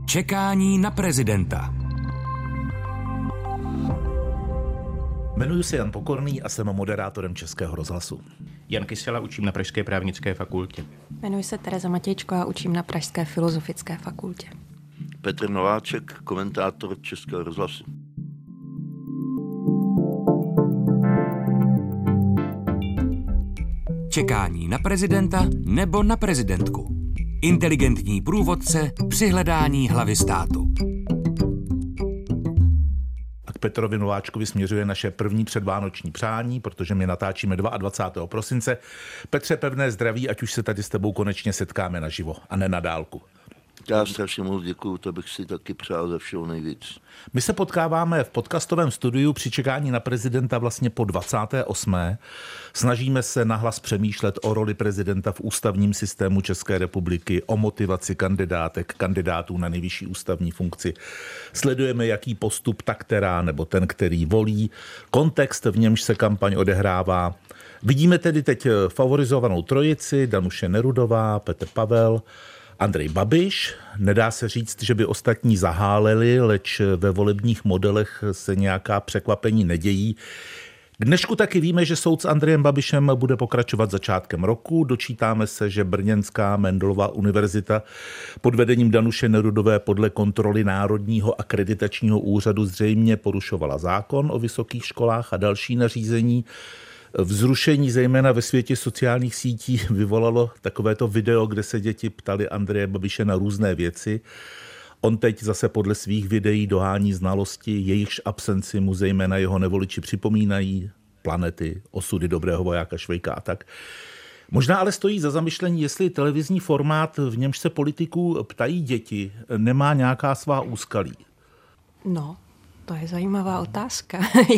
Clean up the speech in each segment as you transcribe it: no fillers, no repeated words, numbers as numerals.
Čekání na prezidenta. Jmenuji se Jan Pokorný a jsem moderátorem Českého rozhlasu. Jan Kysela, učím na Pražské právnické fakultě. Jmenuji se Tereza Matějčko a učím na Pražské filozofické fakultě. Petr Nováček, komentátor Českého rozhlasu. Čekání na prezidenta nebo na prezidentku. Inteligentní průvodce při hledání hlavy státu. A k Petrovi Nováčkovi směřuje naše první předvánoční přání, protože my natáčíme 22. prosince. Petře, pevné zdraví, ať už se tady s tebou konečně setkáme naživo a ne na dálku. Já strašně moc děkuju, to bych si taky přál ze všeho nejvíc. My se potkáváme v podcastovém studiu při čekání na prezidenta vlastně po 28. Snažíme se nahlas přemýšlet o roli prezidenta v ústavním systému České republiky, o motivaci kandidátů na nejvyšší ústavní funkci. Sledujeme, jaký postup ta která nebo ten, který volí, kontext, v němž se kampaň odehrává. Vidíme tedy teď favorizovanou trojici, Danuše Nerudová, Petr Pavel, Andrej Babiš. Nedá se říct, že by ostatní zaháleli, leč ve volebních modelech se nějaká překvapení nedějí. K dnešku taky víme, že soud s Andrejem Babišem bude pokračovat začátkem roku. Dočítáme se, že brněnská Mendelova univerzita pod vedením Danuše Nerudové podle kontroly Národního akreditačního úřadu zřejmě porušovala zákon o vysokých školách a další nařízení. Vzrušení zejména ve světě sociálních sítí vyvolalo takovéto video, kde se děti ptali Andreje Babiše na různé věci. On teď zase podle svých videí dohání znalosti, jejichž absenci mu zejména jeho nevoliči připomínají, planety, osudy dobrého vojáka Švejka a tak. Možná ale stojí za zamyšlení, jestli televizní formát, v němž se politiků ptají děti, nemá nějaká svá úskalí. No, to je zajímavá otázka.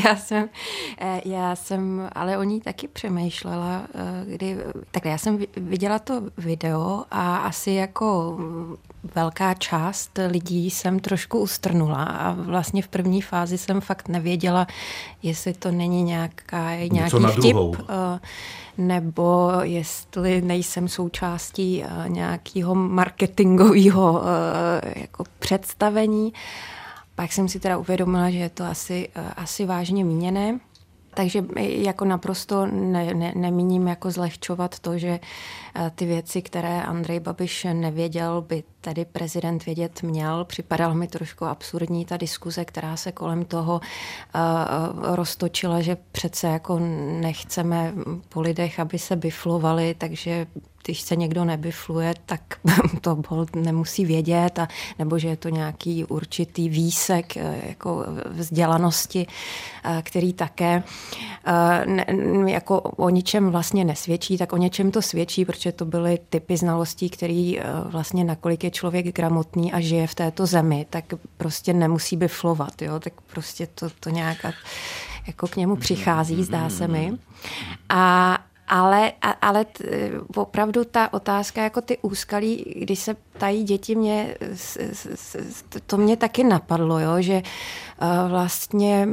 Já jsem ale o ní taky přemýšlela, takhle já jsem viděla to video a asi jako velká část lidí jsem trošku ustrnula a vlastně v první fázi jsem fakt nevěděla, jestli to není nějaký vtip, nebo jestli nejsem součástí nějakého marketingového jako představení. Pak jsem si teda uvědomila, že je to asi vážně míněné. Takže jako naprosto nemíním jako zlehčovat to, že ty věci, které Andrej Babiš nevěděl, by tady prezident vědět měl. Připadalo mi trošku absurdní ta diskuze, která se kolem toho roztočila, že přece jako nechceme po lidech, aby se biflovali, takže když se někdo nebifluje, tak to nemusí vědět, nebo že je to nějaký určitý výsek jako vzdělanosti, který také jako o ničem vlastně nesvědčí, tak o něčem to svědčí, protože to byly typy znalostí, který vlastně nakolik je člověk gramotný a žije v této zemi, tak prostě nemusí biflovat, jo? Tak prostě to nějak jako k němu přichází, zdá se mi. Ale opravdu ta otázka, jako ty úskalí, když se ptají děti, to mě taky napadlo, jo, že vlastně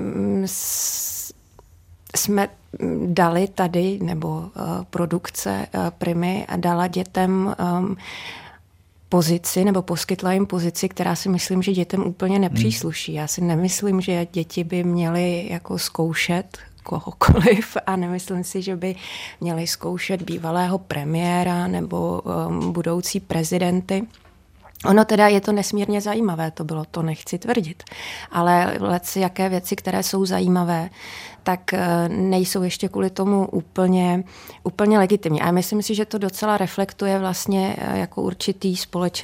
jsme dali tady, nebo produkce Primy dala dětem pozici, nebo poskytla jim pozici, která si myslím, že dětem úplně nepřísluší. Já si nemyslím, že děti by měly jako zkoušet kohokoliv a nemyslím si, že by měli zkoušet bývalého premiéra nebo budoucí prezidenty. Ono teda je to nesmírně zajímavé, to nechci tvrdit, ale jaké věci, které jsou zajímavé, tak nejsou ještě kvůli tomu úplně legitimní. A myslím si, že to docela reflektuje vlastně jako určitý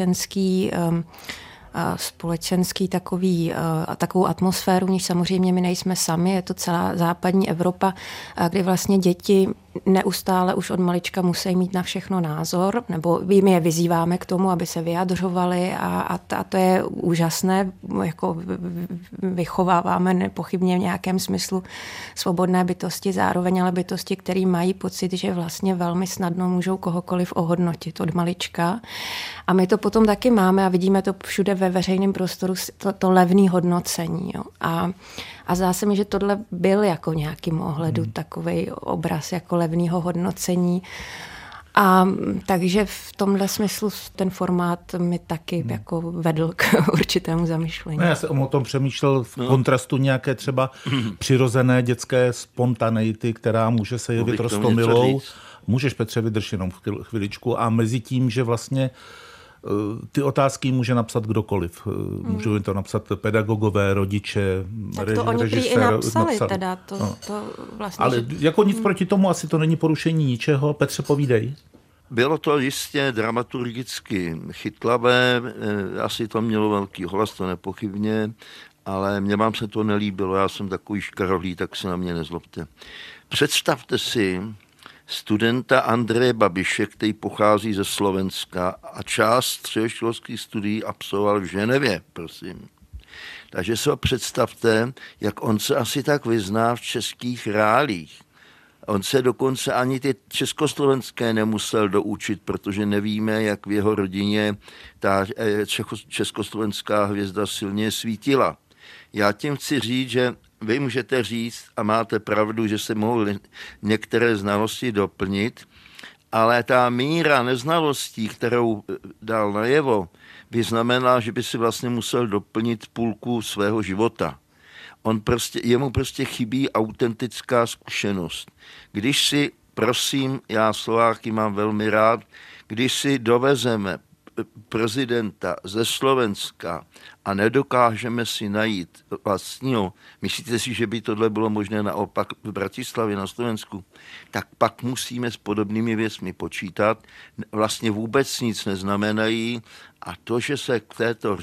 společenský takovou atmosféru, v níž samozřejmě my nejsme sami, je to celá západní Evropa, kdy vlastně děti neustále už od malička musí mít na všechno názor, nebo my je vyzýváme k tomu, aby se vyjadřovali a to je úžasné, jako vychováváme nepochybně v nějakém smyslu svobodné bytosti, zároveň ale bytosti, které mají pocit, že vlastně velmi snadno můžou kohokoliv ohodnotit od malička. A my to potom taky máme a vidíme to všude ve veřejném prostoru, to levné hodnocení. Jo. A zdá se mi, že tohle byl jako nějakým ohledu takovej obraz jako levného hodnocení. A takže v tomhle smyslu ten formát mi taky jako vedl k určitému zamyšlení. No, já jsem o tom přemýšlel v kontrastu nějaké třeba přirozené dětské spontaneity, která může se jevit roztomilou. Můžeš, Petře, vydrž jenom chviličku. A mezi tím, že vlastně ty otázky může napsat kdokoliv. Můžou to napsat pedagogové, rodiče, tak to oni prý i napsali. Teda to vlastně, ale jako nic proti tomu, asi to není porušení ničeho. Petře, povídej. Bylo to jistě dramaturgicky chytlavé, asi to mělo velký hlas, to nepochybně, ale mně vám se to nelíbilo, já jsem takový škarolý, tak se na mě nezlobte. Představte si studenta Andreje Babiše, který pochází ze Slovenska a část středoškolských studií absolvoval v Ženevě, prosím. Takže si ho představte, jak on se asi tak vyzná v českých reálích. On se dokonce ani ty československé nemusel doučit, protože nevíme, jak v jeho rodině ta československá hvězda silně svítila. Já tím chci říct, že vy můžete říct, a máte pravdu, že se mohou některé znalosti doplnit, ale ta míra neznalostí, kterou dal najevo, by znamenala, že by si vlastně musel doplnit půlku svého života. Jemu prostě chybí autentická zkušenost. Když si, prosím, já Slováky mám velmi rád, když si dovezeme prezidenta ze Slovenska a nedokážeme si najít vlastního, myslíte si, že by tohle bylo možné naopak v Bratislavě na Slovensku, tak pak musíme s podobnými věcmi počítat. Vlastně vůbec nic neznamenají a to, že se k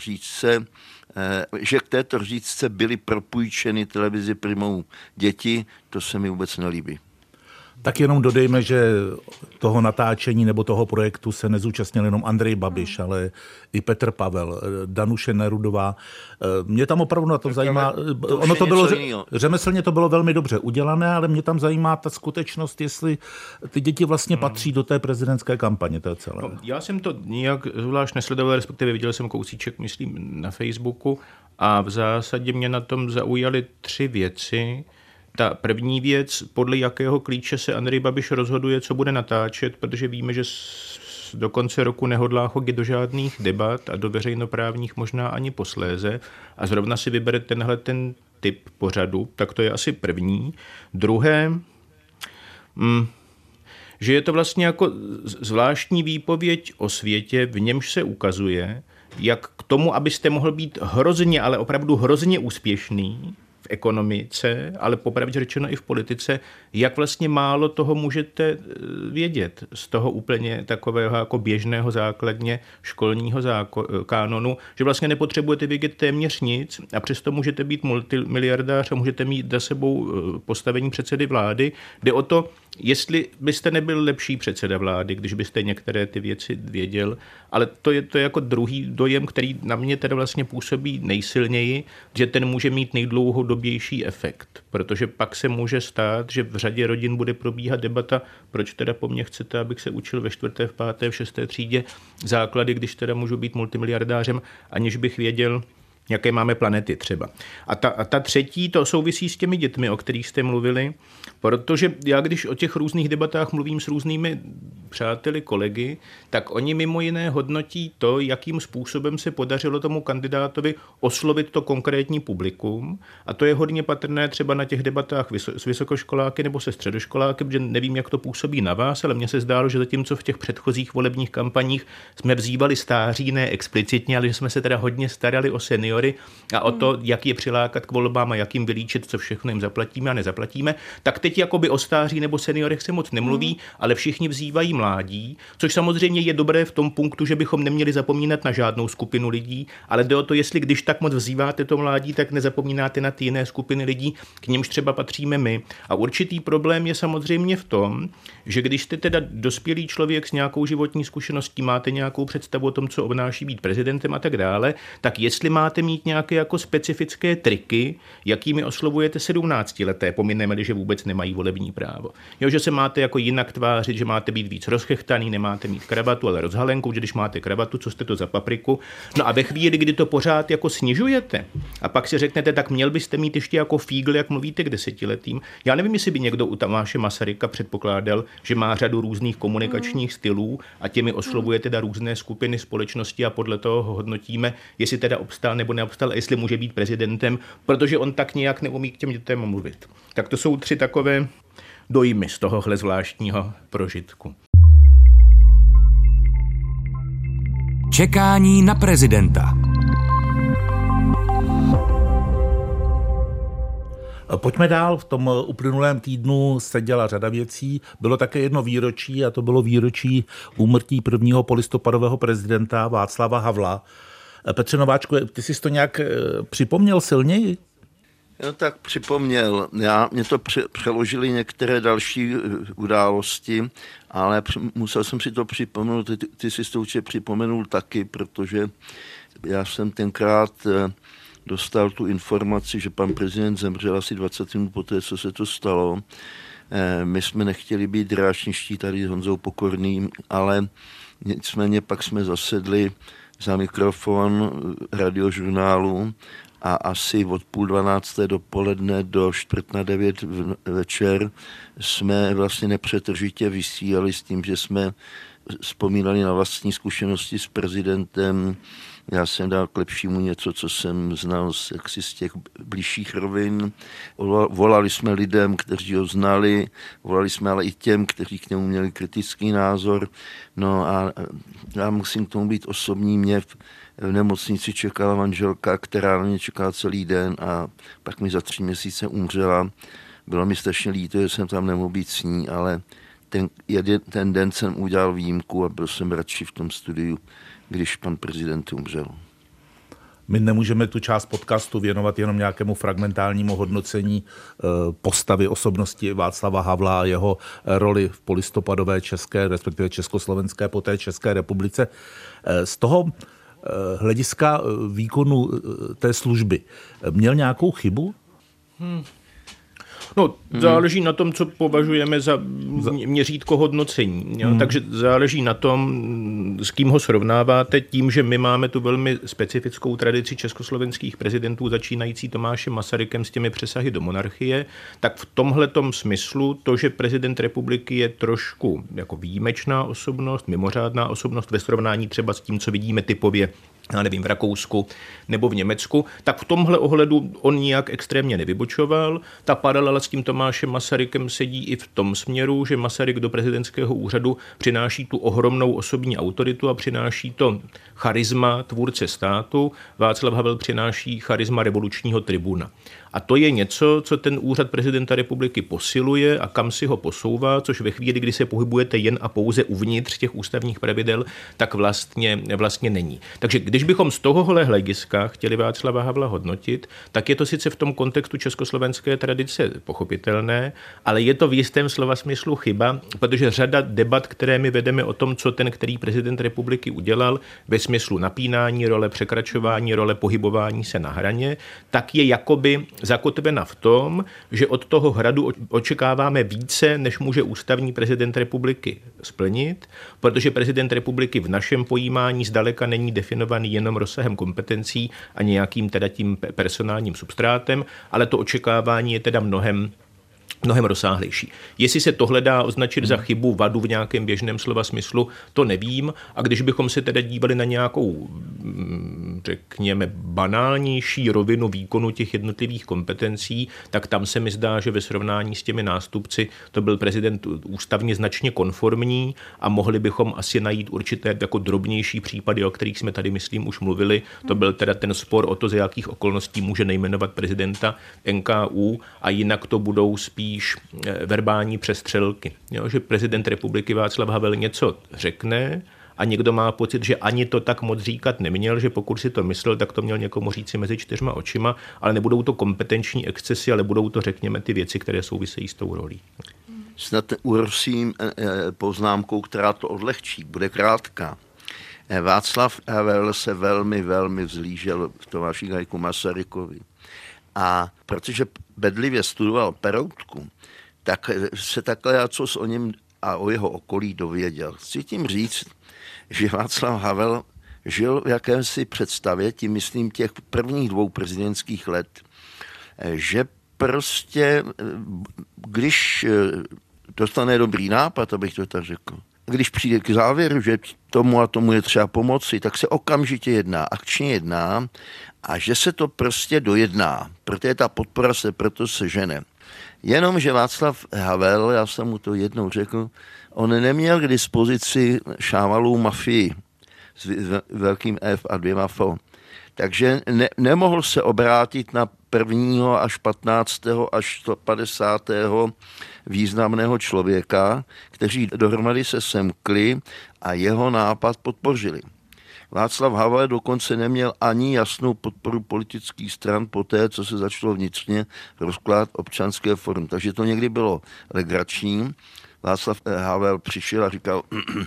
této říčce byly propůjčeny televizi Primou děti, to se mi vůbec nelíbí. Tak jenom dodejme, že toho natáčení nebo toho projektu se nezúčastnil jenom Andrej Babiš, ale i Petr Pavel, Danuše Nerudová. Mě tam opravdu na tom zajímá, ono to bylo, řemeslně to bylo velmi dobře udělané, ale mě tam zajímá ta skutečnost, jestli ty děti vlastně patří do té prezidentské kampaně, to je celé. No, já jsem to nijak zvlášť nesledoval, respektive viděl jsem kousíček, myslím, na Facebooku a v zásadě mě na tom zaujaly 3 věci. Ta první věc, podle jakého klíče se Andrej Babiš rozhoduje, co bude natáčet, protože víme, že do konce roku nehodlá chodit do žádných debat a do veřejnoprávních možná ani posléze a zrovna si vybere tenhle ten typ pořadu, tak to je asi první. Druhé, že je to vlastně jako zvláštní výpověď o světě, v němž se ukazuje, jak k tomu, abyste mohl být hrozně, ale opravdu hrozně úspěšný v ekonomice, ale popravdě řečeno i v politice, jak vlastně málo toho můžete vědět z toho úplně takového jako běžného základně školního kánonu, že vlastně nepotřebujete vědět téměř nic a přesto můžete být multimiliardář a můžete mít za sebou postavení předsedy vlády. Jde o to, jestli byste nebyl lepší předseda vlády, když byste některé ty věci věděl, ale to je jako druhý dojem, který na mě teda vlastně působí nejsilněji, že ten může mít nejdlouhodobější efekt, protože pak se může stát, že v řadě rodin bude probíhat debata, proč teda po mně chcete, abych se učil ve 4., v 5., v 6. třídě základy, když teda můžu být multimiliardářem, aniž bych věděl, jaké máme planety třeba. A ta třetí, to souvisí s těmi dětmi, o kterých jste mluvili, protože já když o těch různých debatách mluvím s různými přáteli, kolegy, tak oni mimo jiné hodnotí to, jakým způsobem se podařilo tomu kandidátovi oslovit to konkrétní publikum. A to je hodně patrné třeba na těch debatách s vysokoškoláky nebo se středoškoláky, protože nevím, jak to působí na vás, ale mně se zdálo, že zatímco v těch předchozích volebních kampaních jsme vzývali stáří, ne explicitně, ale že jsme se teda hodně starali o seniory a o to, jak je přilákat k volbám a jak jim vylíčit, co všechno jim zaplatíme a nezaplatíme, tak teď jakoby o stáří nebo seniorech se moc nemluví, ale všichni vzývají mládí, což samozřejmě je dobré v tom punktu, že bychom neměli zapomínat na žádnou skupinu lidí, ale jde o to, jestli když tak moc vzýváte to mládí, tak nezapomínáte na ty jiné skupiny lidí, k nimž třeba patříme my. A určitý problém je samozřejmě v tom, že když jste teda dospělý člověk s nějakou životní zkušeností, máte nějakou představu o tom, co obnáší být prezidentem a tak dále, tak jestli máte mít nějaké jako specifické triky, jakými oslovujete 17leté, pomineme, že vůbec nemají volební právo. Jo, že se máte jako jinak tvářit, že máte být víc rozchechtaný, nemáte mít kravatu, ale rozhalenku, že když máte kravatu, co jste to za papriku. No a ve chvíli, kdy to pořád jako snižujete a pak si řeknete, tak měl byste mít ještě jako fígl, jak mluvíte k 10letým. Já nevím, jestli by někdo u Tomáše Masaryka předpokládal, že má řadu různých komunikačních stylů a těmi oslovuje teda různé skupiny společnosti a podle toho ho hodnotíme, jestli teda obstál nebo neobstál a jestli může být prezidentem, protože on tak nějak neumí k těm dětem mluvit. Tak to jsou 3 takové dojmy z tohohle zvláštního prožitku. Čekání na prezidenta. Pojďme dál. V tom uplynulém týdnu se děla řada věcí. Bylo také jedno výročí a to bylo výročí úmrtí prvního polistopadového prezidenta Václava Havla. Petře Nováčku, ty jsi to nějak připomněl silněji? No tak připomněl. Mě to přeložili některé další události, ale musel jsem si to připomenout. Ty jsi to určitě připomenul taky, protože já jsem tenkrát dostal tu informaci, že pan prezident zemřel asi 20 minut poté, co se to stalo. My jsme nechtěli být dráčničtí tady s Honzou Pokorným, ale nicméně pak jsme zasedli za mikrofon radiožurnálu a asi od 11:30 dopoledne do 8:45 večer jsme vlastně nepřetržitě vysílali s tím, že jsme vzpomínali na vlastní zkušenosti s prezidentem. Já jsem dal k lepšímu něco, co jsem znal z těch bližších rovin. Volali jsme lidem, kteří ho znali, volali jsme ale i těm, kteří k němu měli kritický názor. No a já musím k tomu být osobní. Mě v nemocnici čekala manželka, která na mě čekala celý den a pak mi za 3 měsíce umřela. Bylo mi strašně líto, že jsem tam nemohl být s ní, ale ten den jsem udělal výjimku a byl jsem radši v tom studiu, když pan prezident umřel. My nemůžeme tu část podcastu věnovat jenom nějakému fragmentálnímu hodnocení postavy osobnosti Václava Havla a jeho roli v polistopadové české, respektive československé, poté České republice. Z toho hlediska výkonu té služby měl nějakou chybu? No, záleží na tom, co považujeme za měřítko hodnocení. Jo? Takže záleží na tom, s kým ho srovnáváte. Tím, že my máme tu velmi specifickou tradici československých prezidentů, začínající Tomášem Masarykem s těmi přesahy do monarchie, tak v tomhletom smyslu to, že prezident republiky je trošku jako výjimečná osobnost, mimořádná osobnost ve srovnání třeba s tím, co vidíme typově, já nevím, v Rakousku nebo v Německu, tak v tomhle ohledu on nijak extrémně nevybočoval. Ta paralela s tím Tomášem Masarykem sedí i v tom směru, že Masaryk do prezidentského úřadu přináší tu ohromnou osobní autoritu a přináší to charisma tvůrce státu. Václav Havel přináší charisma revolučního tribuna. A to je něco, co ten úřad prezidenta republiky posiluje a kam si ho posouvá, což ve chvíli, kdy se pohybujete jen a pouze uvnitř těch ústavních pravidel, tak vlastně není. Takže když bychom z tohohle hlediska chtěli Václava Havla hodnotit, tak je to sice v tom kontextu československé tradice pochopitelné, ale je to v jistém slova smyslu chyba, protože řada debat, které my vedeme o tom, co ten který prezident republiky udělal ve smyslu napínání role, překračování role, pohybování se na hraně, tak je jakoby zakotvena v tom, že od toho hradu očekáváme více, než může ústavní prezident republiky splnit, protože prezident republiky v našem pojímání zdaleka není definovaný jenom rozsahem kompetencí a nějakým teda tím personálním substrátem, ale to očekávání je teda mnohem rozsáhlejší. Jestli se tohle dá označit za chybu, vadu v nějakém běžném slova smyslu, to nevím. A když bychom se teda dívali na nějakou, řekněme, banálnější rovinu výkonu těch jednotlivých kompetencí, tak tam se mi zdá, že ve srovnání s těmi nástupci to byl prezident ústavně značně konformní a mohli bychom asi najít určité jako drobnější případy, o kterých jsme tady, myslím, už mluvili. To byl teda ten spor o to, za jakých okolností může nejmenovat prezidenta NKÚ a jinak to budou spíš verbální přestřelky. Jo, že prezident republiky Václav Havel něco řekne a někdo má pocit, že ani to tak moc říkat neměl, že pokud si to myslel, tak to měl někomu říci mezi 4 očima, ale nebudou to kompetenční excesy, ale budou to, řekněme, ty věci, které souvisejí s tou rolí. Snad urosím poznámkou, která to odlehčí, bude krátká. Václav Havel se velmi, velmi vzlížel v Tomáši Garrigu Masarykovi. A protože bedlivě studoval Peroutku, tak se takhle co o něm a o jeho okolí dověděl. Chci tím říct, že Václav Havel žil v jakémsi představě, tím myslím těch prvních 2 prezidentských let, že prostě, když dostane dobrý nápad, abych to tak řekl, když přijde k závěru, že tomu a tomu je třeba pomoci, tak se okamžitě jedná, akčně jedná a že se to prostě dojedná, protože ta podpora se proto sežene. Jenomže Václav Havel, já jsem mu to jednou řekl, on neměl k dispozici Šámalů mafii s velkým F a 2 F. Takže nemohl se obrátit na 1. až 15. až 150. významného člověka, kteří dohromady se semkli a jeho nápad podpořili. Václav Havel dokonce neměl ani jasnou podporu politických stran po té, co se začalo vnitřně rozkládat Občanské fórum. Takže to někdy bylo legrační. Václav Havel přišel a říkal,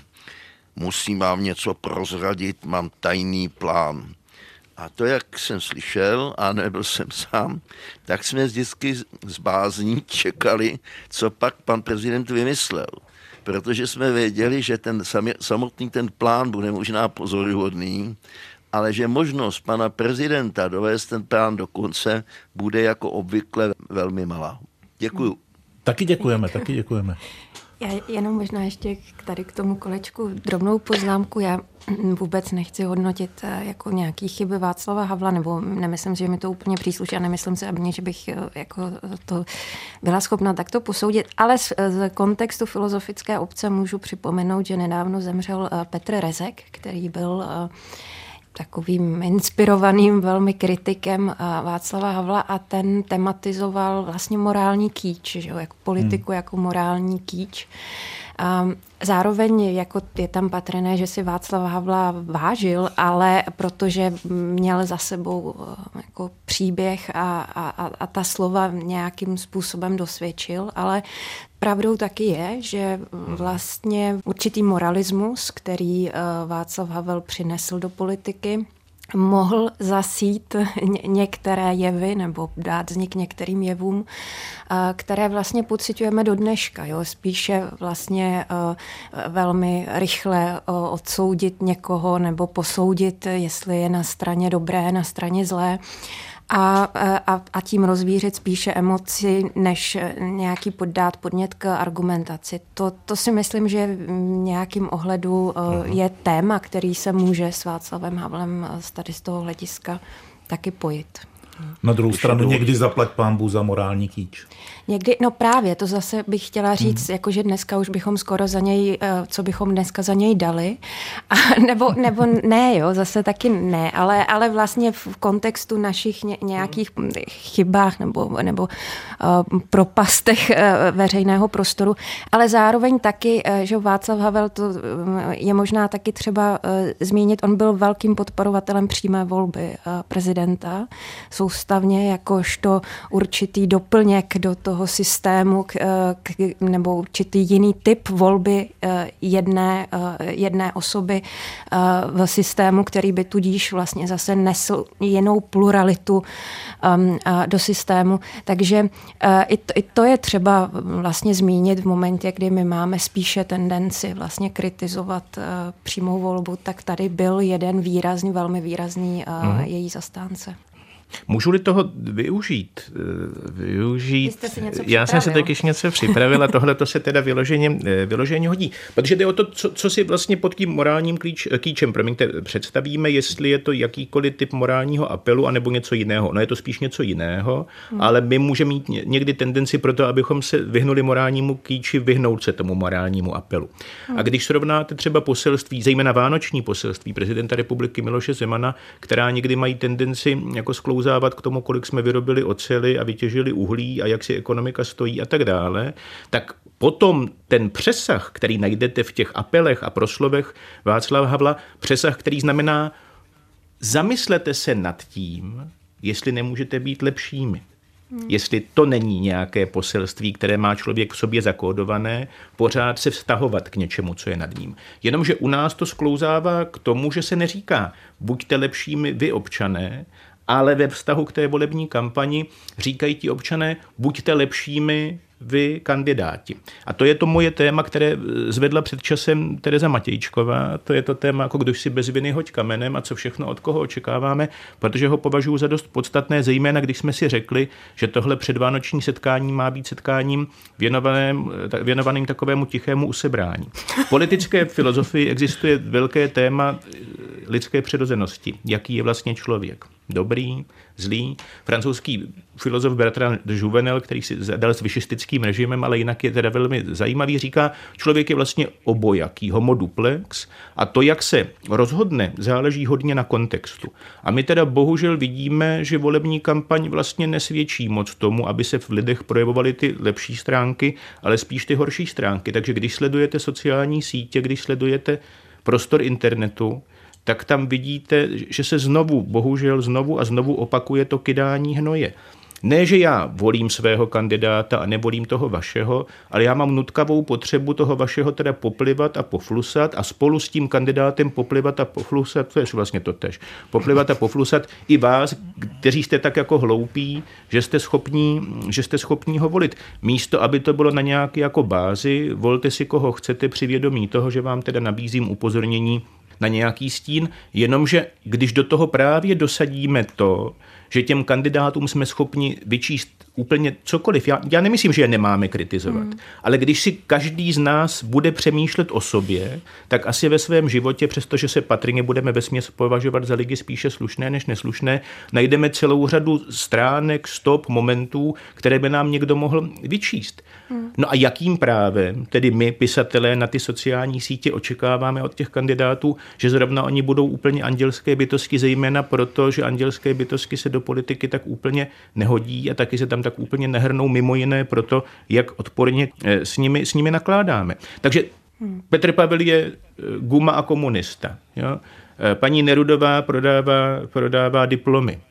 musím vám něco prozradit, mám tajný plán. A to, jak jsem slyšel, a nebyl jsem sám, tak jsme vždycky z bázní čekali, co pak pan prezident vymyslel. Protože jsme věděli, že samotný ten plán bude možná pozoruhodný, ale že možnost pana prezidenta dovést ten plán do konce bude jako obvykle velmi malá. Děkuju. Taky děkujeme. Já jenom možná ještě tady k tomu kolečku drobnou poznámku. Já vůbec nechci hodnotit jako nějaký chyby Václava Havla, nebo nemyslím, že mi to úplně přísluší a nemyslím si ani, že bych jako to byla schopna takto posoudit, ale z kontextu filozofické obce můžu připomenout, že nedávno zemřel Petr Rezek, který byl takovým inspirovaným velmi kritikem Václava Havla a ten tematizoval vlastně morální kýč, že jo, jako politiku, jako morální kýč. A zároveň jako je tam patrné, že si Václava Havla vážil, ale protože měl za sebou jako příběh a ta slova nějakým způsobem dosvědčil, ale pravdou taky je, že vlastně určitý moralismus, který Václav Havel přinesl do politiky, mohl zasít některé jevy nebo dát vznik některým jevům, které vlastně pociťujeme do dneška. Jo? Spíše vlastně velmi rychle odsoudit někoho nebo posoudit, jestli je na straně dobré, na straně zlé. A tím rozvířit spíše emoci, než nějaký podnět k argumentaci. To si myslím, že v nějakým ohledu je téma, který se může s Václavem Havlem tady z toho hlediska taky pojit. Na druhou stranu někdy zaplať pánbůh za morální kýč. Někdy, no právě, to zase bych chtěla říct, jakože dneska už bychom skoro za něj, co bychom dneska za něj dali, nebo ne, jo, zase taky ne, ale vlastně v kontextu našich nějakých chybách nebo propastech veřejného prostoru, ale zároveň taky, že Václav Havel, to je možná taky třeba zmínit, on byl velkým podporovatelem přímé volby prezidenta, soustavně jakožto určitý doplněk do toho systému nebo určitý jiný typ volby jedné osoby v systému, který by tudíž vlastně zase nesl jinou pluralitu do systému. Takže i to je třeba vlastně zmínit v momentě, kdy my máme spíše tendenci vlastně kritizovat přímou volbu, tak tady byl jeden velmi výrazný její zastánce. Můžu-li toho využít? Já jsem se taky něco připravil a tohle to se teda vyloženě hodí. Protože jde o to, co si vlastně pod tím morálním kýčem představíme, jestli je to jakýkoliv typ morálního apelu, anebo něco jiného. No je to spíš něco jiného, ale my můžeme mít někdy tendenci pro to, abychom se vyhnuli morálnímu kýči, vyhnout se tomu morálnímu apelu. A když srovnáte třeba poselství, zejména vánoční poselství prezidenta republiky Miloše Zemana, která někdy mají tendenci jako sklouzávat k tomu, kolik jsme vyrobili oceli a vytěžili uhlí a jak si ekonomika stojí a tak dále, tak potom ten přesah, který najdete v těch apelech a proslovech Václava Havla, přesah, který znamená zamyslete se nad tím, jestli nemůžete být lepšími. Jestli to není nějaké poselství, které má člověk v sobě zakódované, pořád se vztahovat k něčemu, co je nad ním. Jenomže u nás to sklouzává k tomu, že se neříká, buďte lepšími vy občané, ale ve vztahu k té volební kampani říkají ti občané, buďte lepšími vy kandidáti. A to je to moje téma, které zvedla před časem Tereza Matějčková. To je to téma, jako kdo si bez viny hoď kamenem a co všechno od koho očekáváme, protože ho považuji za dost podstatné, zejména když jsme si řekli, že tohle předvánoční setkání má být setkáním věnovaným takovému tichému usebrání. V politické filozofii existuje velké téma lidské přirozenosti. Jaký je vlastně člověk? Dobrý, zlý. Francouzský filozof Bertrand de Jouvenel, který si zadal s višistickým režimem, ale jinak je teda velmi zajímavý, říká, člověk je vlastně obojaký, homo duplex a to, jak se rozhodne, záleží hodně na kontextu. A my teda bohužel vidíme, že volební kampaň vlastně nesvědčí moc tomu, aby se v lidech projevovaly ty lepší stránky, ale spíš ty horší stránky. Takže když sledujete sociální sítě, když sledujete prostor internetu, tak tam vidíte, že se bohužel znovu opakuje to kydání hnoje. Ne, že já volím svého kandidáta a nevolím toho vašeho, ale já mám nutkavou potřebu toho vašeho teda poplivat a poflusat a spolu s tím kandidátem poplivat a poflusat, to je vlastně totéž, poplivat a poflusat i vás, kteří jste tak jako hloupí, že jste schopní ho volit. Místo, aby to bylo na nějaké jako bázi, volte si koho chcete při vědomí toho, že vám teda nabízím upozornění na nějaký stín, jenomže když do toho právě dosadíme to, že těm kandidátům jsme schopni vyčíst úplně cokoliv. Já nemyslím, že je nemáme kritizovat, ale když si každý z nás bude přemýšlet o sobě, tak asi ve svém životě, přestože se patrně budeme vesměs považovat za lidi spíše slušné než neslušné, najdeme celou řadu stránek, stop, momentů, které by nám někdo mohl vyčíst. No a jakým právem, tedy my, pisatelé na ty sociální sítě, očekáváme od těch kandidátů, že zrovna oni budou úplně andělské bytosti, zejména proto, že andělské bytosti se do politiky tak úplně nehodí a taky se tam tak úplně nehrnou, mimo jiné proto, jak odporně s nimi nakládáme. Takže Petr Pavel je guma a komunista. Jo? Paní Nerudová prodává diplomy.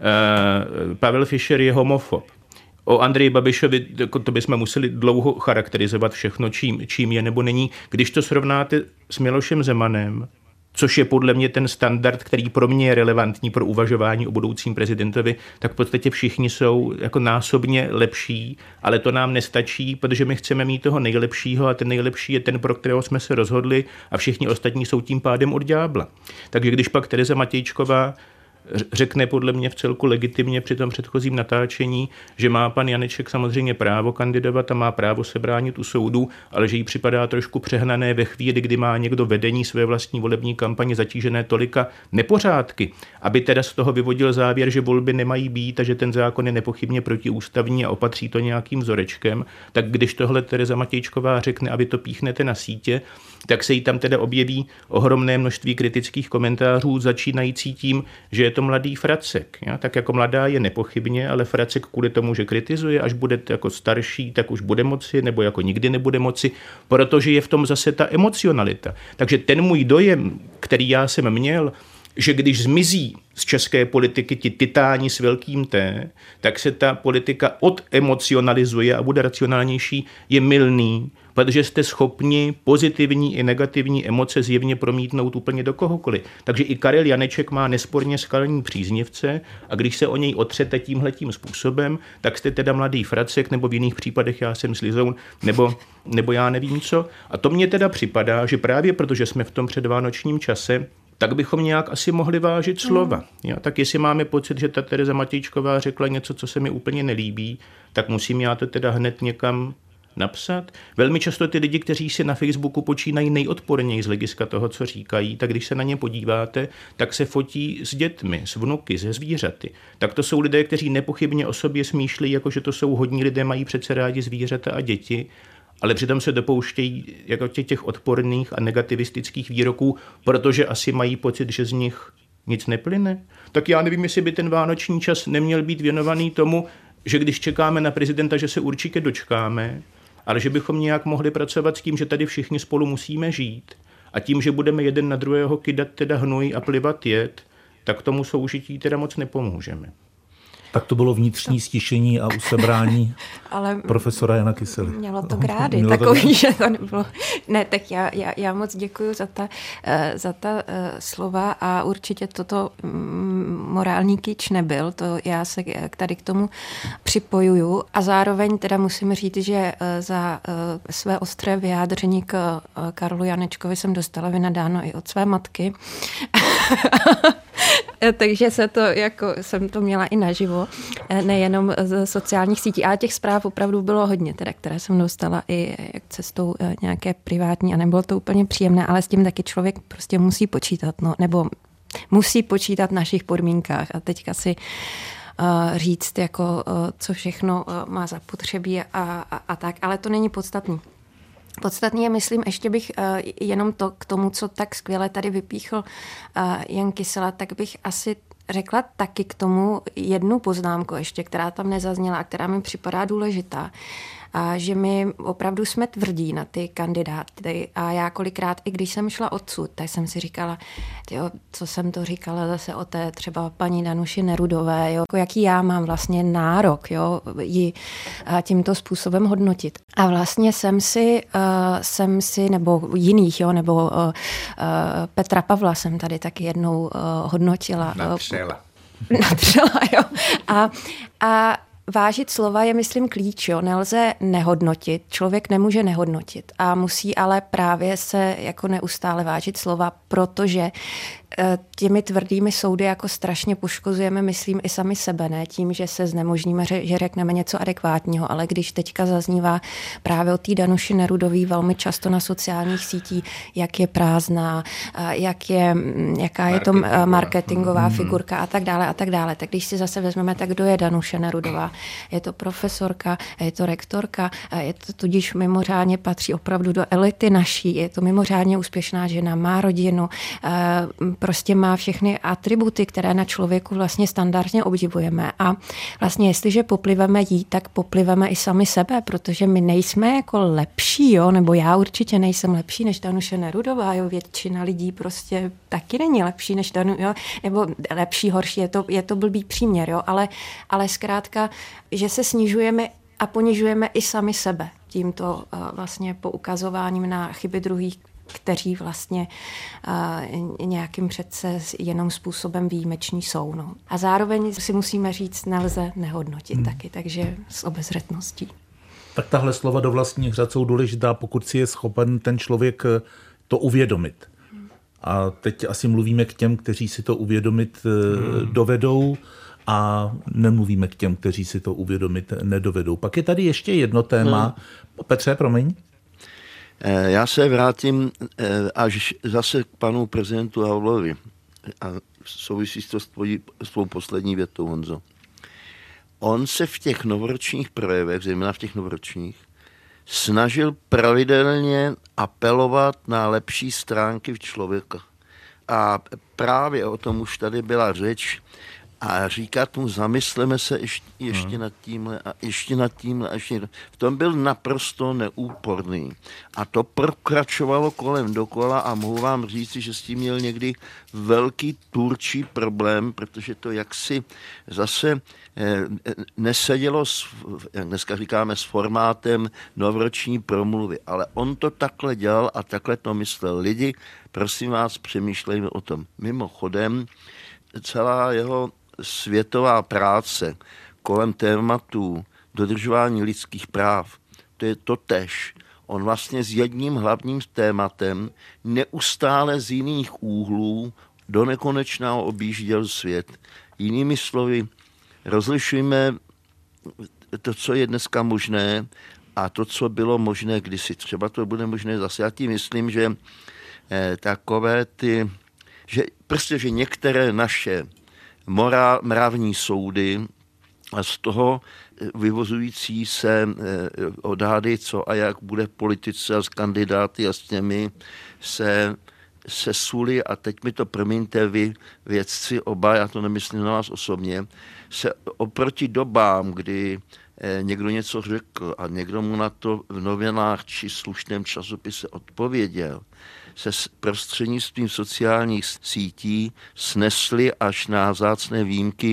Pavel Fischer je homofob. O Andreji Babišovi to bychom museli dlouho charakterizovat všechno, čím je nebo není. Když to srovnáte s Milošem Zemanem, což je podle mě ten standard, který pro mě je relevantní pro uvažování o budoucím prezidentovi, tak v podstatě všichni jsou jako násobně lepší, ale to nám nestačí, protože my chceme mít toho nejlepšího a ten nejlepší je ten, pro kterého jsme se rozhodli a všichni ostatní jsou tím pádem od ďábla. Takže když pak Tereza Matějčková řekne podle mě v celku legitimně při tom předchozím natáčení, že má pan Janeček samozřejmě právo kandidovat a má právo se bránit u soudu, ale že jí připadá trošku přehnané ve chvíli, kdy má někdo vedení své vlastní volební kampaně zatížené tolika nepořádky, aby teda z toho vyvodil závěr, že volby nemají být a že ten zákon je nepochybně protiústavní a opatří to nějakým vzorečkem, tak když tohle Tereza Matějčková řekne a vy to píchnete na sítě, tak se jí tam teda objeví ohromné množství kritických komentářů, začínající tím, že je to mladý Fracek. Ja? Tak jako mladá je nepochybně, ale Fracek kvůli tomu, že kritizuje, až bude jako starší, tak už bude moci, nebo jako nikdy nebude moci, protože je v tom zase ta emocionalita. Takže ten můj dojem, který já jsem měl, že když zmizí z české politiky ti titáni s velkým T, tak se ta politika odemocionalizuje a bude racionálnější, je mylný, protože jste schopni pozitivní i negativní emoce zjevně promítnout úplně do kohokoliv. Takže i Karel Janeček má nesporně skalní příznivce a když se o něj otřete tímhletím způsobem, tak jste teda mladý Fracek, nebo v jiných případech já jsem Slizoun, nebo já nevím co. A to mně teda připadá, že právě protože jsme v tom předvánočním čase, tak bychom nějak asi mohli vážit slova. Jo? Tak jestli máme pocit, že ta Tereza Matějčková řekla něco, co se mi úplně nelíbí, tak musím já to teda hned někam napsat. Velmi často ty lidi, kteří si na Facebooku počínají nejodporněji z hlediska toho, co říkají, tak když se na ně podíváte, tak se fotí s dětmi, s vnuky, se zvířaty. Tak to jsou lidé, kteří nepochybně o sobě smýšlejí, jako že to jsou hodní lidé, mají přece rádi zvířata a děti, ale přitom se dopouštějí jako těch odporných a negativistických výroků, protože asi mají pocit, že z nich nic neplyne. Tak já nevím, jestli by ten vánoční čas neměl být věnovaný tomu, že když čekáme na prezidenta, že se určitě dočkáme, ale že bychom nějak mohli pracovat s tím, že tady všichni spolu musíme žít a tím, že budeme jeden na druhého kydat teda hnoj a plivat jed, tak tomu soužití teda moc nepomůžeme. Tak to bylo vnitřní stišení a usebrání ale profesora Jana Kysely. Mělo to grády, takový, že to nebylo. Ne, tak já moc děkuji za ta slova a určitě toto morální kyč nebyl, to já se tady k tomu připojuju a zároveň teda musím říct, že za své ostré vyjádření k Karlu Janečkovi jsem dostala vynadáno i od své matky. Takže jsem to měla i naživo, nejenom z sociálních sítí, ale těch zpráv opravdu bylo hodně, teda, které jsem dostala i cestou nějaké privátní a nebylo to úplně příjemné, ale s tím taky člověk prostě musí počítat, nebo musí počítat v našich podmínkách a teďka si říct, jako, co všechno má zapotřebí a tak, ale to není podstatný. Podstatný je, myslím, ještě bych jenom to k tomu, co tak skvěle tady vypíchl Jan Kysela, tak bych asi řekla taky k tomu jednu poznámku ještě, která tam nezazněla a která mi připadá důležitá. A že my opravdu jsme tvrdí na ty kandidáty a já kolikrát, i když jsem šla odsud, tak jsem si říkala, co jsem to říkala zase o té třeba paní Danuši Nerudové, jako jaký já mám vlastně nárok ji tímto způsobem hodnotit. A vlastně jsem si nebo jiných, nebo Petra Pavla jsem tady taky jednou hodnotila. Natřela, jo. A vážit slova je, myslím, klíč, nelze nehodnotit, člověk nemůže nehodnotit a musí ale právě se jako neustále vážit slova, protože těmi tvrdými soudy jako strašně poškozujeme, myslím, i sami sebe, ne tím, že se znemožníme, že řekneme něco adekvátního, ale když teďka zaznívá právě o té Danuši Nerudový velmi často na sociálních sítích, jak je prázdná, jaká je to marketingová figurka a tak dále. Tak když si zase vezmeme, tak kdo je Danuše Nerudová? Je to profesorka, je to rektorka, je to tudíž mimořádně patří opravdu do elity naší, je to mimořádně úspěšná žena, má rodinu, prostě má všechny atributy, které na člověku vlastně standardně obdivujeme. A vlastně jestliže popliveme jí, tak popliveme i sami sebe, protože my nejsme jako lepší, nebo já určitě nejsem lepší než Danuše Nerudová, většina lidí prostě taky není lepší než nebo lepší, horší, je to blbý příměr, ale zkrátka, že se snižujeme a ponižujeme i sami sebe tímto vlastně poukazováním na chyby druhých, kteří vlastně nějakým přece jenom způsobem výjimeční jsou. No. A zároveň si musíme říct, nelze nehodnotit taky, takže s obezřetností. Tak tahle slova do vlastních řad jsou důležitá, pokud si je schopen ten člověk to uvědomit. A teď asi mluvíme k těm, kteří si to uvědomit dovedou, a nemluvíme k těm, kteří si to uvědomit nedovedou. Pak je tady ještě jedno téma. Petře, promiň. Já se vrátím až zase k panu prezidentu Havlovi a souvisí to s tvou poslední větou, Honzo. On se v těch novoročních projevech, zejména v těch novoročních, snažil pravidelně apelovat na lepší stránky v člověka. A právě o tom už tady byla řeč, a říkat mu, zamysleme se ještě nad tímhle a ještě nad tímhle. V tom byl naprosto neúporný. A to prokračovalo kolem dokola a mohu vám říct, že s tím měl někdy velký tvůrčí problém, protože to jaksi zase nesedělo, jak dneska říkáme, s formátem novoroční promluvy. Ale on to takhle dělal a takhle to myslel. Lidi, prosím vás, přemýšlejme o tom. Mimochodem, celá jeho světová práce kolem tématu dodržování lidských práv, to je totéž. On vlastně s jedním hlavním tématem neustále z jiných úhlů do nekonečna objížděl svět. Jinými slovy, rozlišujme to, co je dneska možné a to, co bylo možné kdysi. Třeba to bude možné zase. Já tím myslím, že takové že některé naše mravní soudy a z toho vyvozující se odhady, co a jak bude politice a s kandidáty a s těmi se suli, a teď mi to promiňte vy vědci oba, já to nemyslím na vás osobně, se oproti dobám, kdy někdo něco řekl a někdo mu na to v novinách či slušném časopise odpověděl, se prostřednictvím sociálních sítí snesly až na vzácné výjimky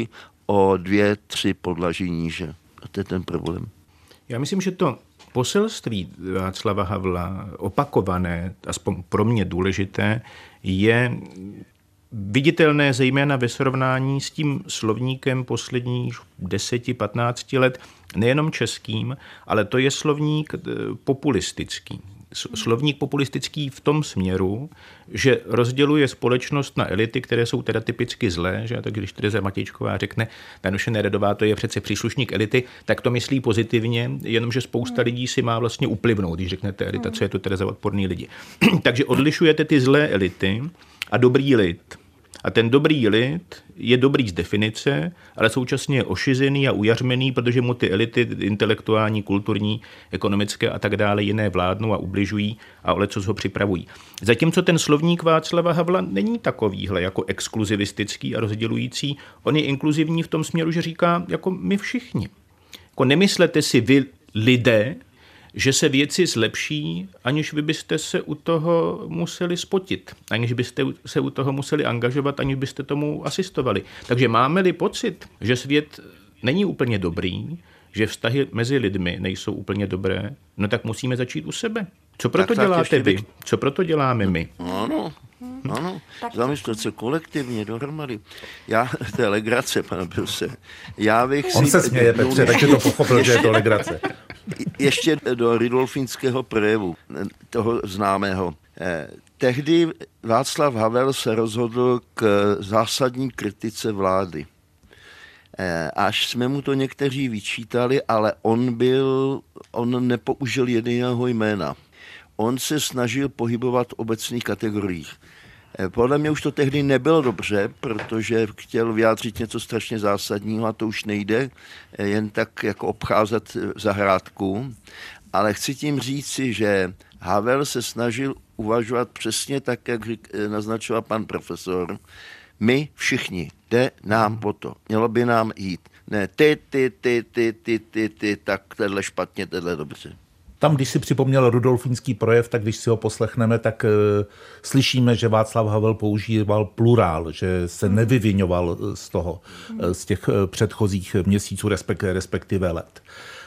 o 2-3 podlaží níže. A to je ten problém. Já myslím, že to poselství Václava Havla, opakované, aspoň pro mě důležité, je viditelné zejména ve srovnání s tím slovníkem posledních 10-15 let, nejenom českým, ale to je slovník populistický. Slovník populistický v tom směru, že rozděluje společnost na elity, které jsou teda typicky zlé, že? Tak když Tereza Matějčková řekne, Danuše Nerudová, to je přece příslušník elity, tak to myslí pozitivně, jenomže spousta lidí si má vlastně uplivnout, když řeknete elita, co je to teda za odporný lidi. Takže odlišujete ty zlé elity a dobrý lid. A ten dobrý lid je dobrý z definice, ale současně je ošizený a ujařmený, protože mu ty elity intelektuální, kulturní, ekonomické a tak dále jiné vládnou a ubližují a o lecos ho připravují. Zatímco ten slovník Václava Havla není takovýhle jako exkluzivistický a rozdělující, on je inkluzivní v tom směru, že říká jako my všichni. Jako nemyslete si vy lidé, že se věci zlepší, aniž vy byste se u toho museli spotit, aniž byste se u toho museli angažovat, aniž byste tomu asistovali. Takže máme-li pocit, že svět není úplně dobrý, že vztahy mezi lidmi nejsou úplně dobré, no tak musíme začít u sebe. Co proto děláte vy? Co proto děláme my? Ano. Zamyslet se kolektivně dohromady. To je legrace, pane Pilse. On se směje, Petře, takže to pochopil, že je to legrace. Ještě do Rudolfínského projevu, toho známého. Tehdy Václav Havel se rozhodl k zásadní kritice vlády. Až jsme mu to někteří vyčítali, ale on nepoužil jediného jména. On se snažil pohybovat v obecných kategoriích. Podle mě už to tehdy nebylo dobře, protože chtěl vyjádřit něco strašně zásadního a to už nejde jen tak jako obcházet zahrádku. Ale chci tím říci, že Havel se snažil uvažovat přesně tak, jak naznačoval pan profesor. My všichni, jde nám po to. Mělo by nám jít. Ne ty, tak tenhle špatně, tenhle dobře. Tam, když si připomněl Rudolfínský projev, tak když si ho poslechneme, tak slyšíme, že Václav Havel používal plurál, že se nevyviňoval z těch předchozích měsíců, respektive let.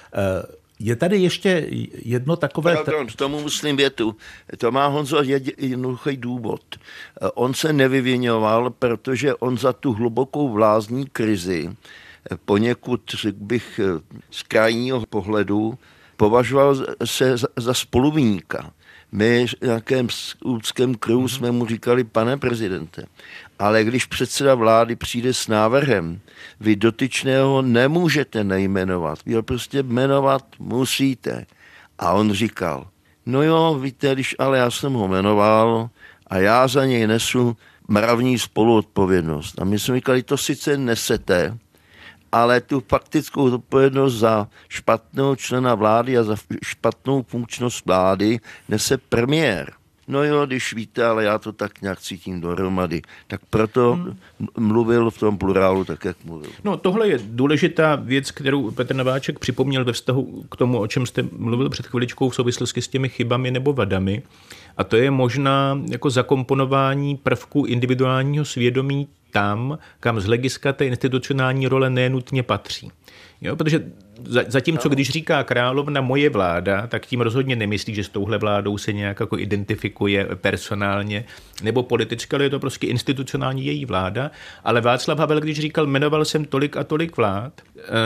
Je tady ještě jedno takové... Pardon, k tomu musím větu. To má Honzo jednoduchý důvod. On se nevyviňoval, protože on za tu hlubokou vládní krizi, poněkud, řekl bych, z krajního pohledu, považoval se za spoluviníka. My v nějakém úzkém kruhu jsme mu říkali, pane prezidente, ale když předseda vlády přijde s návrhem, vy dotyčného nemůžete nejmenovat. Vy ho prostě jmenovat musíte. A on říkal, no jo, víte, ale já jsem ho jmenoval a já za něj nesu mravní spoluodpovědnost. A my jsme říkali, to sice nesete, ale tu faktickou odpovědnost za špatného člena vlády a za špatnou funkčnost vlády nese premiér. No jo, když víte, ale já to tak nějak cítím dohromady. Tak proto mluvil v tom plurálu tak, jak mluvil. No tohle je důležitá věc, kterou Petr Nováček připomněl ve vztahu k tomu, o čem jste mluvil před chviličkou v souvislosti s těmi chybami nebo vadami. A to je možná jako zakomponování prvků individuálního svědomí tam, kam z hlediska té institucionální role nenutně patří. Jo, protože zatímco, když říká královna moje vláda, tak tím rozhodně nemyslí, že s touhle vládou se nějak jako identifikuje personálně nebo politicky, ale je to prostě institucionální její vláda. Ale Václav Havel, když říkal, jmenoval jsem tolik a tolik vlád,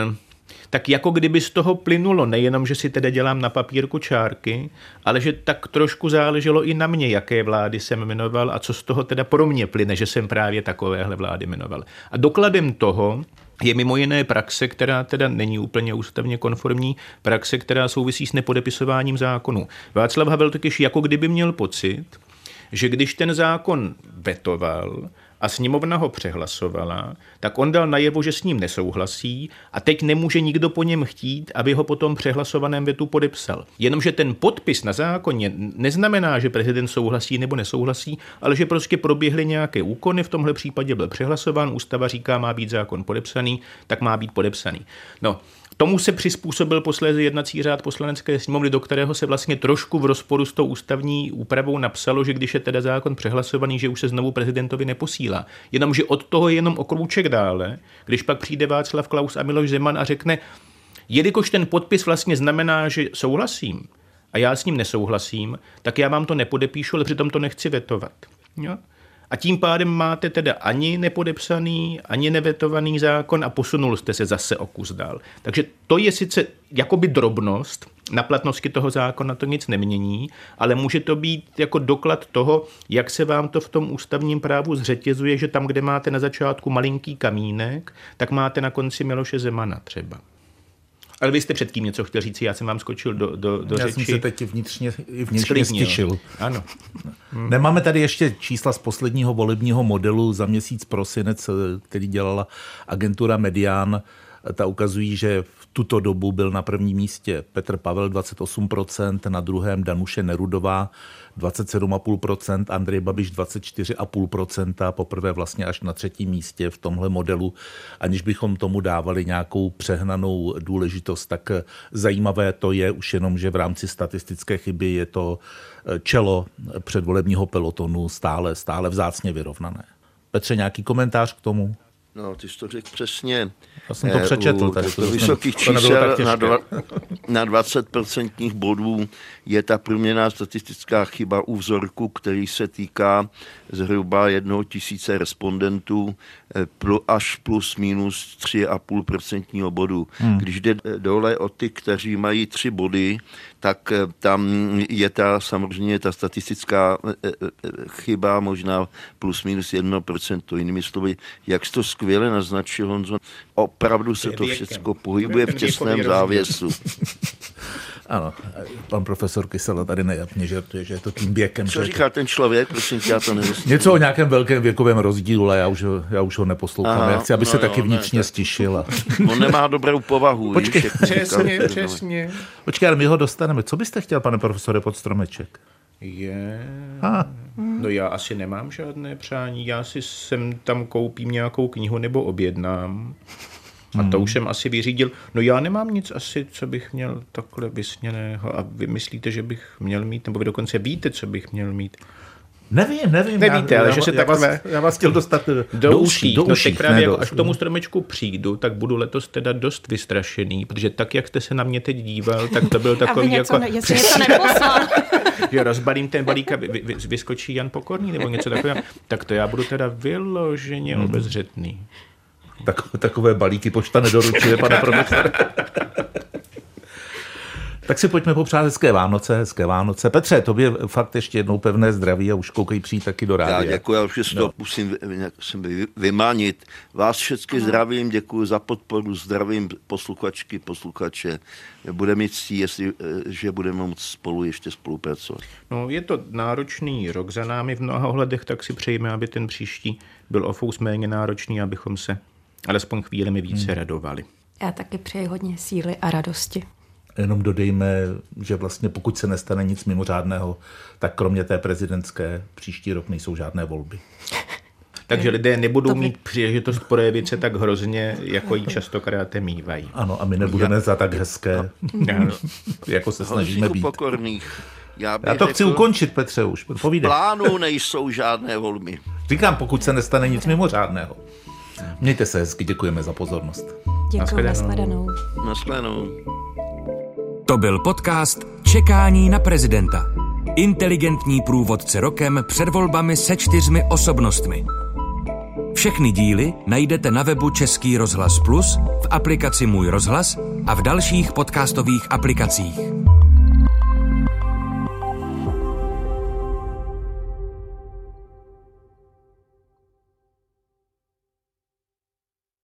tak jako kdyby z toho plynulo, nejenom, že si teda dělám na papírku čárky, ale že tak trošku záleželo i na mě, jaké vlády jsem jmenoval a co z toho teda pro mě plyne, že jsem právě takovéhle vlády jmenoval. A dokladem toho je mimo jiné praxe, která teda není úplně ústavně konformní, praxe, která souvisí s nepodepisováním zákonů. Václav Havel totiž jako kdyby měl pocit, že když ten zákon vetoval a sněmovna ho přehlasovala, tak on dal najevo, že s ním nesouhlasí a teď nemůže nikdo po něm chtít, aby ho potom přehlasovaném vetu podepsal. Jenomže ten podpis na zákoně neznamená, že prezident souhlasí nebo nesouhlasí, ale že prostě proběhly nějaké úkony, v tomhle případě byl přehlasován, ústava říká, má být zákon podepsaný, tak má být podepsaný. No, Tomu se přizpůsobil posléze jednací řád Poslanecké sněmovny, do kterého se vlastně trošku v rozporu s tou ústavní úpravou napsalo, že když je teda zákon přehlasovaný, že už se znovu prezidentovi neposílá. Jenomže od toho je jenom o krůček dále, když pak přijde Václav Klaus a Miloš Zeman a řekne, jelikož ten podpis vlastně znamená, že souhlasím a já s ním nesouhlasím, tak já vám to nepodepíšu, ale přitom to nechci vetovat. Jo? A tím pádem máte teda ani nepodepsaný, ani nevetovaný zákon a posunul jste se zase o kus dál. Takže to je sice jakoby drobnost, na platnosti toho zákona to nic nemění, ale může to být jako doklad toho, jak se vám to v tom ústavním právu zřetězuje, že tam, kde máte na začátku malinký kamínek, tak máte na konci Miloše Zemana třeba. Ale vy jste předtím něco chtěl říct, já jsem vám skočil do řeči. Já jsem se teď vnitřně stišil. Ano. Nemáme tady ještě čísla z posledního volebního modelu za měsíc prosinec, který dělala agentura Median. Ta ukazují, že v tuto dobu byl na prvním místě Petr Pavel 28%, na druhém Danuše Nerudová 27,5%, Andrej Babiš 24,5%, poprvé vlastně až na třetím místě v tomhle modelu, aniž bychom tomu dávali nějakou přehnanou důležitost, tak zajímavé to je už jenom, že v rámci statistické chyby je to čelo předvolebního pelotonu stále vzácně vyrovnané. Petře, nějaký komentář k tomu? No, ty jsi to řekl přesně. Já jsem to přečetl. Tady u vysokých čísel na 20% bodů je ta průměrná statistická chyba u vzorku, který se týká zhruba 1 000 respondentů až plus minus 3,5% bodu. Když jde dole o ty, kteří mají 3 body, tak tam je samozřejmě ta statistická chyba možná plus minus 1%. Jinými slovy, jak jsi to skvěle naznačil, Honzo, opravdu se to všechno pohybuje v těsném závěsu. Ano, pan profesor Kysela tady nejapně žertuje, že je to tím věkem. Co říká ten člověk, prosím tě, já to nevím. Něco o nějakém velkém věkovém rozdílu, ale já už ho neposlouchám. Já chci, aby se taky vnitřně stišil. On nemá dobrou povahu. Počkej, přesně. Počkej, ale my ho dostaneme. Co byste chtěl, pane profesore, pod stromeček? No já asi nemám žádné přání. Já si sem tam koupím nějakou knihu nebo objednám. A to už jsem asi vyřídil. No já nemám nic asi, co bych měl takhle vysněného. A vy myslíte, že bych měl mít? Nebo vy dokonce víte, co bych měl mít? Nevím. Nevíte, ale že se takhle... Já vás chtěl dostat do uší. No teď právě jako až k tomu stromečku přijdu, tak budu letos teda dost vystrašený, protože tak, jak jste se na mě teď díval, tak to byl takový jako... Jestli něco neposlal. Že rozbalím ten balík a vyskočí Jan Pokorný nebo něco takového. Tak to já budu teda vyloženě obezřetný. Takové balíky pošta nedoručuje, pane profesore. Tak si pojďme popřát hezké Vánoce. Petře, tobě fakt ještě jednou pevné zdraví a už koukej přijít taky do rádia. Já děkuji, já už si to musím vymanit. Vás všechny zdravím, děkuji za podporu, zdravím posluchače. Bude mi ctí, že budeme moct ještě spolupracovat. No, je to náročný rok za námi v mnoha ohledech, tak si přejme, aby ten příští byl o fous méně náročný, abychom se alespoň chvílemi více radovali. Já taky přeji hodně síly a radosti. Jenom dodejme, že vlastně pokud se nestane nic mimořádného, tak kromě té prezidentské příští rok nejsou žádné volby. Takže lidé nebudou mít příležitost projevit se tak hrozně, jako ji častokrát mývají. Ano, a my nebudeme za tak hezké, jako se snažíme být. Pokorných. Já to chci ukončit, Petře, už. Povídej. Plánu nejsou žádné volby. Říkám, pokud se nestane nic mimořádného. Mějte se hezky, děkujeme za pozornost. Děkuji, nashledanou. Nashledanou. To byl podcast Čekání na prezidenta. Inteligentní průvodce rokem před volbami se 4 osobnostmi. Všechny díly najdete na webu Český rozhlas Plus, v aplikaci Můj rozhlas a v dalších podcastových aplikacích.